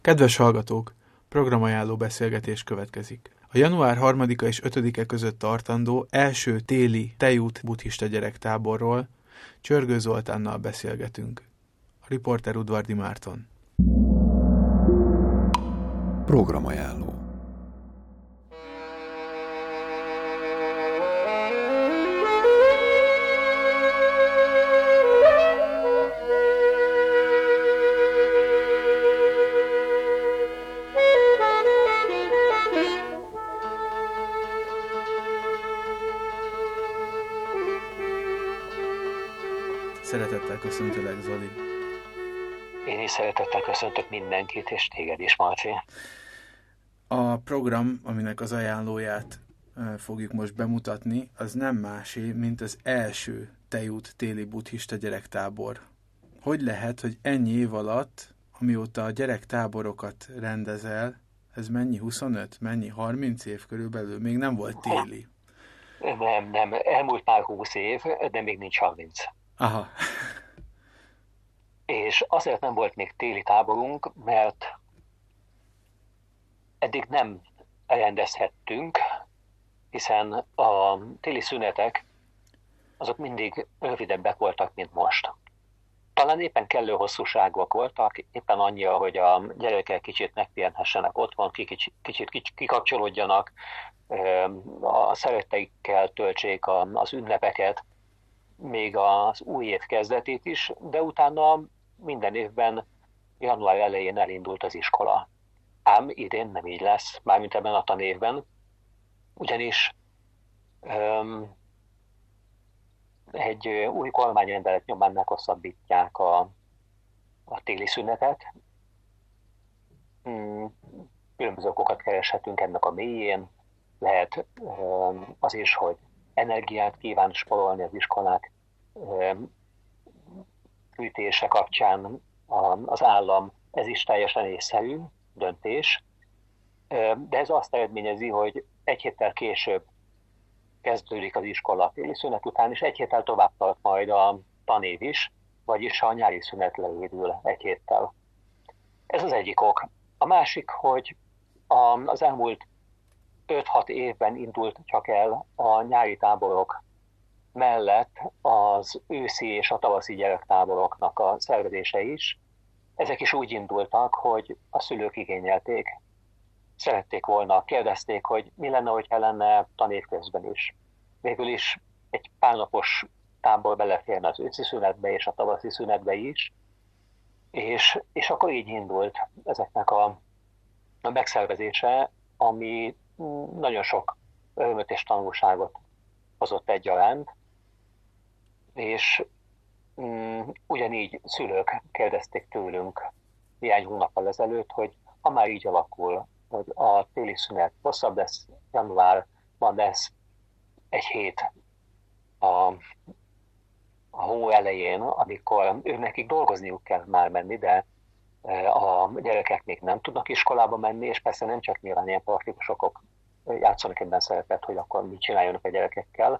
Kedves hallgatók, programajánló beszélgetés következik. A január 3-a és 5-e között tartandó első téli tejút buddhista gyerektáborról Csörgő Zoltánnal beszélgetünk. A riporter Udvardy Márton. Programajánló. Szeretettel köszöntelek, Zoli. Én is szeretettel köszöntök mindenkit, és téged is, Marci. A program, aminek az ajánlóját fogjuk most bemutatni, az nem másé, mint az első tejút téli buddhista gyerektábor. Hogy lehet, hogy ennyi év alatt, amióta a gyerektáborokat rendezel, ez mennyi, 25, mennyi, 30 év körülbelül, még nem volt téli? Nem, elmúlt már 20 év, de még nincs 30. Aha. És azért nem volt még téli táborunk, mert eddig nem rendezhettünk, hiszen a téli szünetek azok mindig rövidebbek voltak, mint most. Talán éppen kellő hosszúságúak voltak, éppen annyira, hogy a gyerekek kicsit megpihenhessenek otthon, kicsit kikapcsolódjanak, a szeretteikkel töltsék az ünnepeket, még az új év kezdetét is, de utána minden évben január elején elindult az iskola. Ám idén nem így lesz, mármint ebben a tanévben, ugyanis egy új kormányrendelet nyomán meghosszabbítják a téli szünetet. Különböző okokat kereshetünk ennek a mélyén. Lehet az is, hogy energiát kíván spórolni az iskolák fűtése kapcsán az állam, ez is teljesen észszerű döntés, de ez azt eredményezi, hogy egy héttel később kezdődik az iskola a téli szünet után, és egy héttel tovább tart majd a tanév is, vagyis a nyári szünet leérül egy héttel. Ez az egyik ok. A másik, hogy az elmúlt 5-6 évben indult csak el a nyári táborok mellett az őszi és a tavaszi gyerektáboroknak a szervezése is. Ezek is úgy indultak, hogy a szülők igényelték. Szerették volna, kérdezték, hogy mi lenne, hogyha lenne tanév közben is. Végül is egy pár napos tábor beleférne az őszi szünetbe és a tavaszi szünetbe is, és akkor így indult ezeknek a megszervezése, ami nagyon sok örömöt és tanulságot hozott egyaránt, és ugyanígy szülők kérdezték tőlünk néhány hónappal ezelőtt, hogy ha már így alakul, hogy a téli szünet hosszabb lesz, januárban lesz egy hét a hó elején, amikor nekik dolgozniuk kell már menni, de a gyerekek még nem tudnak iskolába menni, és persze nem csak nyilván ilyen praktikusok játszanak ebben szerepet, hogy akkor mit csináljanak a gyerekekkel,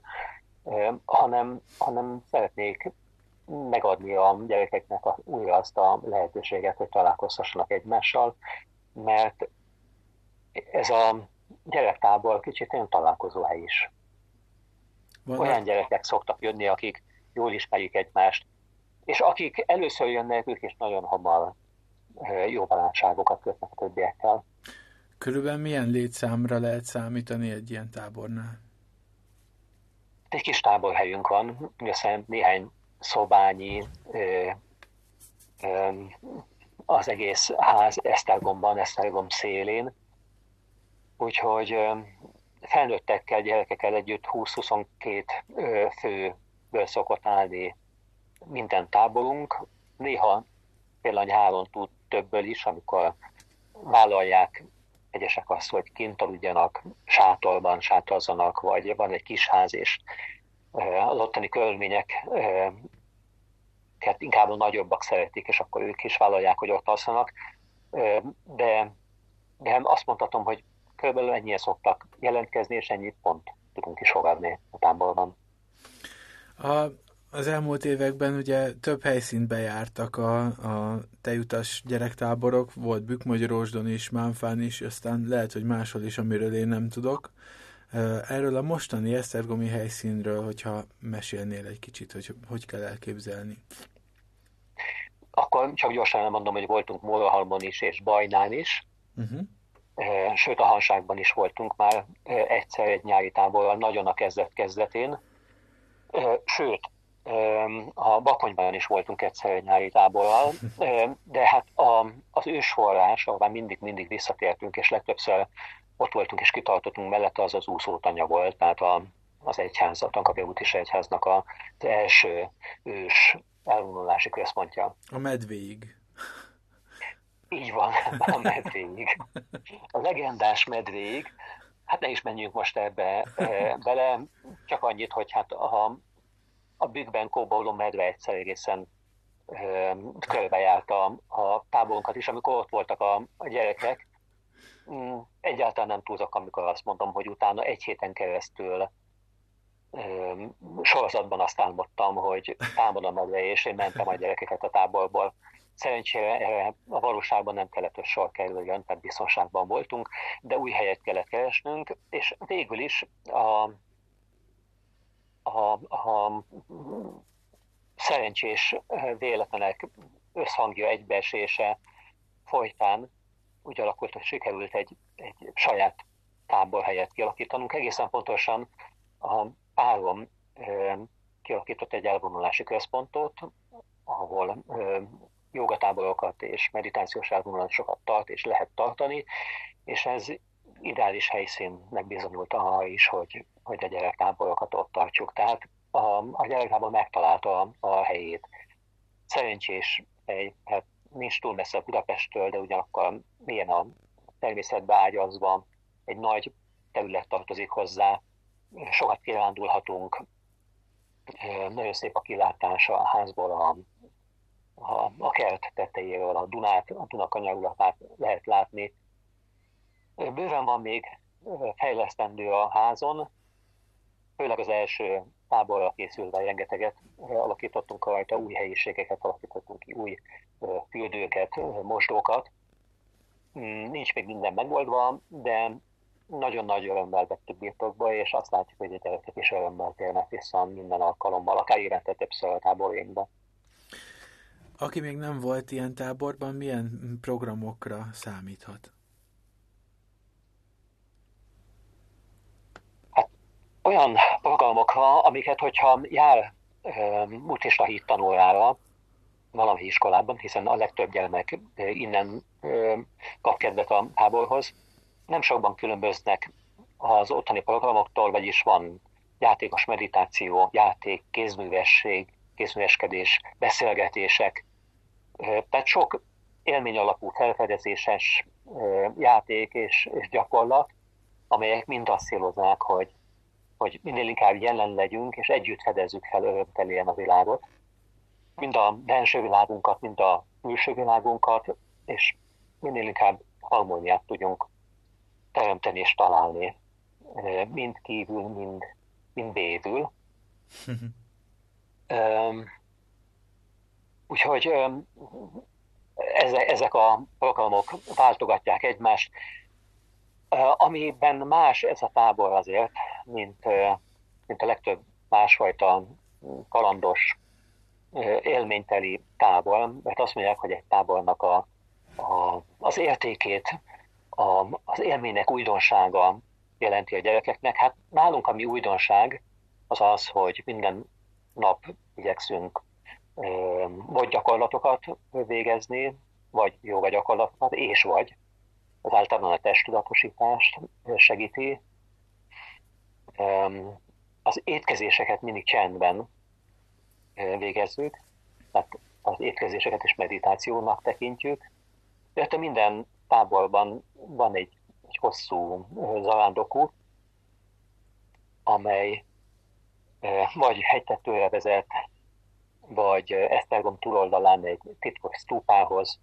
hanem szeretnék megadni a gyerekeknek újra azt a lehetőséget, hogy találkozhassanak egymással, mert ez a gyerektábor kicsit olyan találkozóhely is. Olyan gyerekek szoktak jönni, akik jól ismerik egymást, és akik először jönnek, ők is nagyon hamar jó barátságokat kötnek a többiekkel. Körülbelül milyen létszámra lehet számítani egy ilyen tábornál? Egy kis táborhelyünk van, mindössze néhány szobányi, az egész ház Esztergom szélén, úgyhogy felnőttekkel, gyerekekkel együtt 20-22 főből szokott állni minden táborunk. Néha például nyáron tud többből is, amikor vállalják egyesek azt, hogy kint aludjanak, sátorban sátorzanak, vagy van egy kis ház, és az ottani körülményeket inkább a nagyobbak szeretik, és akkor ők is vállalják, hogy ott alszanak. De azt mondhatom, hogy körülbelül ennyien szoktak jelentkezni, és ennyit pont tudunk is fogadni a táborban. Az elmúlt években ugye több helyszínt bejártak a tejutas gyerektáborok, volt Bükkmagyarósdon is, Mánfán is, aztán lehet, hogy máshol is, amiről én nem tudok. Erről a mostani esztergomi helyszínről, hogyha mesélnél egy kicsit, hogy kell elképzelni. Akkor csak gyorsan elmondom, hogy voltunk Mórahalmon is és Bajnán is, sőt a Hanságban is voltunk már egyszer egy nyári táborral, nagyon a kezdetén. Sőt, a Bakonyban is voltunk egyszer egy nyári táborral, de hát az ősforrás, ahová mindig visszatértünk, és legtöbbször ott voltunk és kitartottunk mellette, az úszótanya volt, tehát az egyház, a Tankapja úti egyháznak az első ős elvonulási központja. A Medvéig. Így van, a Medvéig. A legendás Medvéig. Hát ne is menjünk most ebbe bele, csak annyit, hogy hát a Bükkben kóborló medve egyszer egészen körbejárta a táborunkat is, amikor ott voltak a gyerekek. Egyáltalán nem túlzok, amikor azt mondom, hogy utána egy héten keresztül sorozatban azt álmodtam, hogy támad a medve, és én mentem a gyerekeket a táborból. Szerencsére erre a valóságban nem kellett, hogy sor kerüljön, tehát biztonságban voltunk, de új helyet kellett keresnünk, és végül is a szerencsés véletlenek összhangja, egybeesése folytán úgy alakult, hogy sikerült egy saját táborhelyet kialakítanunk. Egészen pontosan a Áron kialakított egy elvonulási központot, ahol jogatáborokat és meditációs elvonulásokat tart és lehet tartani, és ez ideális helyszínnek bizonyult arra is, hogy a gyerektáborokat ott tartsuk. Tehát a gyerektábor megtalálta a helyét. Szerencsés hely, hát nincs túl messze Budapesttől, de ugyanakkor milyen a természetbe ágyazva, egy nagy terület tartozik hozzá, sokat kirándulhatunk, nagyon szép a kilátása a házból, a kert tetejéről, a Duna kanyarulatát lehet látni. Bőven van még fejlesztendő a házon, főleg az első táborra készülve rengeteget alakítottunk rajta, új helyiségeket alakítottunk ki, új fürdőket, mosdókat. Nincs még minden megoldva, de nagyon nagy örömmel vettük birtokba, és azt látjuk, hogy a gyerekek is örömmel térnek vissza minden alkalommal, akár évente többször a táborainkba. Aki még nem volt ilyen táborban, milyen programokra számíthat? Hát, olyan programokra, amiket, hogyha jár buddhista hit tanórára valami iskolában, hiszen a legtöbb gyermek innen kap kedvet a táborhoz, nem sokban különböznek az ottani programoktól, vagyis van játékos meditáció, játék, kézműveskedés, beszélgetések. Tehát sok élmény alapú felfedezéses játék és gyakorlat, amelyek mind azt célozzák, hogy minél inkább jelen legyünk, és együtt fedezzük fel örömtelien a világot. Mind a belső világunkat, mind a külső világunkat, és minél inkább harmóniát tudjunk teremteni és találni. Mind kívül, mind bévül. Úgyhogy ezek a programok váltogatják egymást. Amiben más ez a tábor azért, mint a legtöbb másfajta kalandos, élményteli tábor, mert azt mondják, hogy egy tábornak az értékét, az élménynek újdonsága jelenti a gyerekeknek. Hát nálunk ami újdonság az az, hogy minden nap igyekszünk vagy gyakorlatokat végezni, vagy jóga gyakorlatokat, vagy az általában a testtudatosítást segíti. Az étkezéseket mindig csendben végezzük, tehát az étkezéseket is meditációnak tekintjük. De minden táborban van egy hosszú zarándokút, amely vagy hegytetőre vezet, vagy Esztergom túloldalán egy titkos stúpához.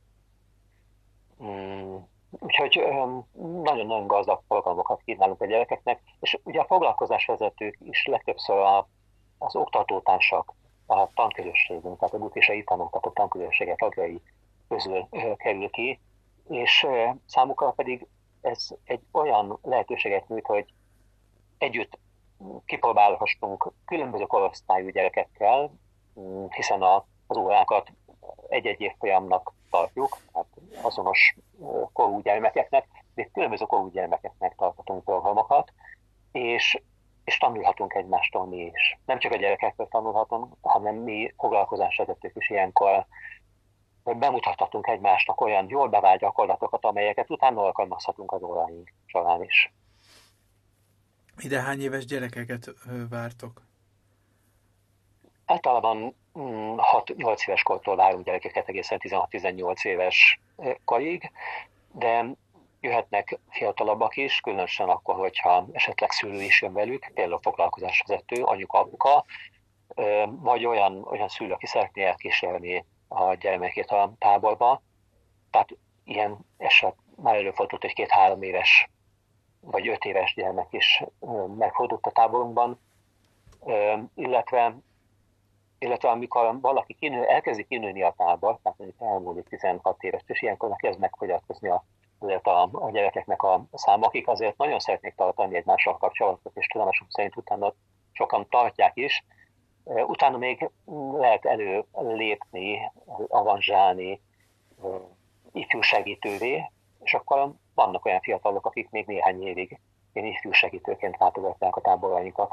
Úgyhogy nagyon-nagyon gazdag programokat kínálunk a gyerekeknek, és ugye a foglalkozásvezetők is legtöbbször az oktatótársak a tanközösségünk, tehát a buddhistai tanok, tehát a tanközösségek tagjai közül kerül ki, és számukra pedig ez egy olyan lehetőséget nyújt, hogy együtt kipróbálhassunk különböző korosztályú gyerekekkel, hiszen az órákat egy-egy évfolyamnak tartjuk, tehát azonos korú gyermekeknek, de különböző korú gyermekeknek tartatunk programokat, és tanulhatunk egymástól mi is. Nem csak a gyerekektől tanulhatunk, hanem mi foglalkozásvezetők is ilyenkor bemutathatunk egymásnak olyan jól bevált gyakorlatokat, amelyeket utána alkalmazhatunk az óráink során is. Ide hány éves gyerekeket vártok? Általában 6-8 éves kortól várunk gyerekeket egészen 16-18 éves korig, de jöhetnek fiatalabbak is, különösen akkor, hogyha esetleg szülő is jön velük, például foglalkozásvezető, anyuka, apuka, vagy olyan szülő, aki szeretné elkísérni a gyermekét a táborba. Tehát ilyen eset már előfordult, hogy 2-3 éves vagy 5 éves gyermek is megfordult a táborunkban, illetve amikor valaki elkezdi kinőni a tábor, tehát mondjuk elmúlik 16 éves, és ilyenkor kezd megfogyatkozni a gyerekeknek a száma, akik azért nagyon szeretnék tartani egymással kapcsolatot, és tudomásom szerint utána sokan tartják is. Utána még lehet előlépni, avanzsálni ifjú segítővé, és akkor vannak olyan fiatalok, akik még néhány évig ilyen ifjú segítőként látogatják a táborainkat.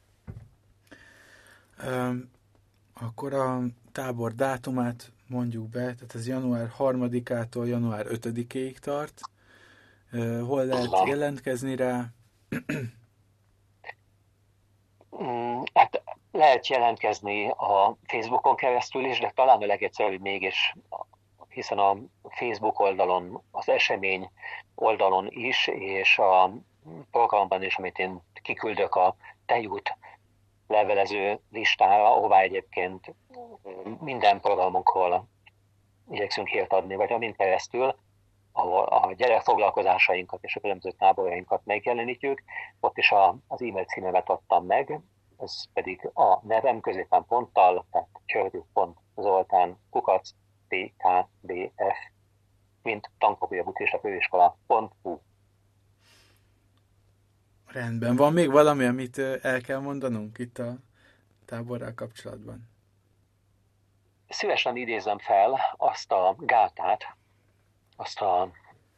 Akkor a tábor dátumát mondjuk be, tehát ez január 3-ától január 5-ig tart. Hol lehet jelentkezni rá? Hát lehet jelentkezni a Facebookon keresztül is, de talán a legegyszerűbb mégis, hiszen a Facebook oldalon, az esemény oldalon is, és a programban is, amit én kiküldök a tejút levelező listára, ahová egyébként minden programunkról igyekszünk hírt adni, vagy amint keresztül, ahol a gyerekfoglalkozásainkat és a különböző táborainkat megjelenítjük, ott is az e-mail címemet adtam meg, ez pedig a nevem középen ponttal, tehát csörgő.zoltán@tkbf, mint Tankogolya Buddhista Főiskola.hu. Rendben. Van még valami, amit el kell mondanunk itt a táborral kapcsolatban? Szívesen idézem fel azt a gátát, azt a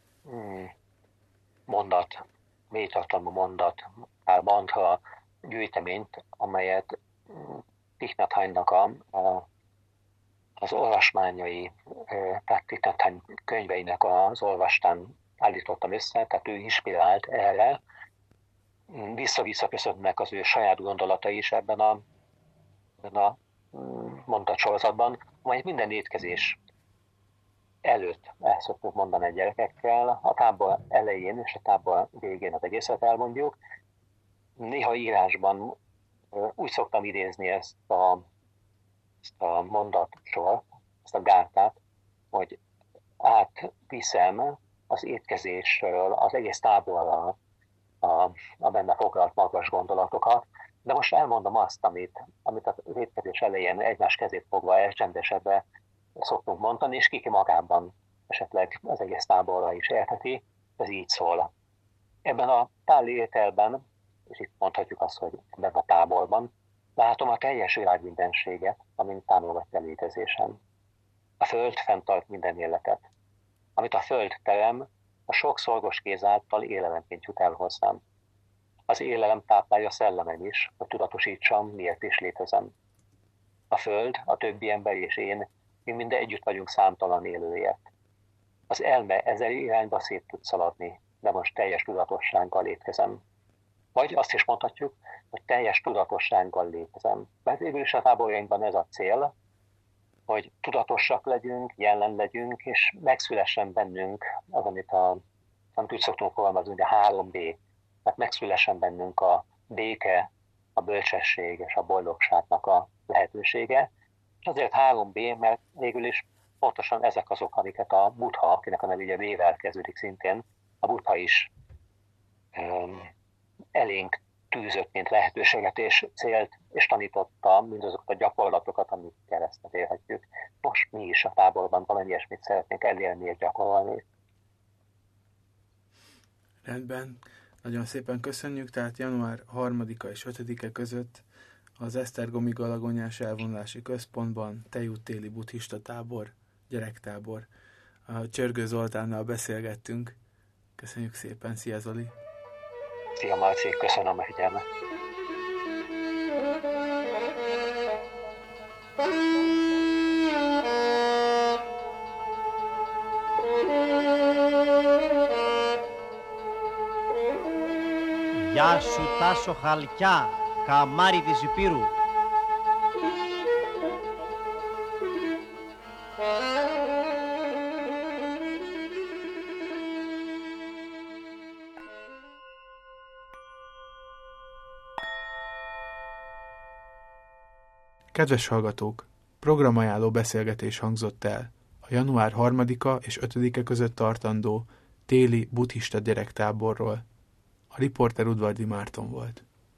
mélytartalmú mondat, mantra gyűjteményt, amelyet Thich Nhat Hanhnak az olvasmányai, tehát Thich Nhat Hanh könyveinek az olvastán állítottam össze, tehát ő inspirált erre. Vissza-vissza köszönnek az ő saját gondolatai is ebben a mondatsorozatban, amelyet minden étkezés előtt el szoktuk mondani a gyerekekkel, a tábor elején és a tábor végén az egészet elmondjuk. Néha írásban úgy szoktam idézni ezt a mondatsort, ezt a gátát, hogy átviszem az étkezésről az egész táborral a benne foglalt magas gondolatokat, de most elmondom azt, amit az étkezés elején egymás kezét fogva elcsendesedve szoktunk mondani, és kiki magában esetleg az egész táborra is értheti, ez így szól. Ebben a táli ételben, és itt mondhatjuk azt, hogy ebben a táborban, látom a teljes világ mindenséget, amint támogatja létezésem. A Föld fenntart minden életet. Amit a Föld terem, a sok szorgos kéz által élelemként jut el hozzám. Az élelem táplálja szellemem is, hogy tudatosítsam, miért is létezem. A Föld, a többi ember és én, mi minden együtt vagyunk számtalan élőért. Az elme ezer irányba szét tud szaladni, de most teljes tudatossággal létezem. Vagy azt is mondhatjuk, hogy teljes tudatossággal létezem. Mert végül is a táborjainkban ez a cél, hogy tudatosak legyünk, jelen legyünk, és megszülessen bennünk az, amit úgy szoktunk fogalmazni, hogy a 3B. Tehát megszülessen bennünk a béke, a bölcsesség és a boldogságnak a lehetősége. És azért 3B, mert végül is pontosan ezek azok, amiket a Buddha, akinek a neve ugye B-vel kezdődik szintén, a Buddha is elénk tűzött, mint lehetőséget és célt, és tanította mindazokat a gyakorlatokat, amik keresztül élhetjük. Most mi is a táborban valami ilyesmit szeretnénk elérni és gyakorolni. Rendben, nagyon szépen köszönjük, tehát január 3-a és 5-e között az Esztergomi Galagonyás Elvonulási Központban Tejút téli buddhista tábor, gyerektábor. A Csörgő Zoltánnal beszélgettünk. Köszönjük szépen, szia Zoli! Szia Marci, köszönöm a figyelmet! Γεια σου Τάσο Χαλκιά, καμάρι της Υπήρου. Kedves hallgatók! Programajánló beszélgetés hangzott el a január 3-a és 5-e között tartandó téli buddhista gyerektáborról. A riporter Udvardi Márton volt.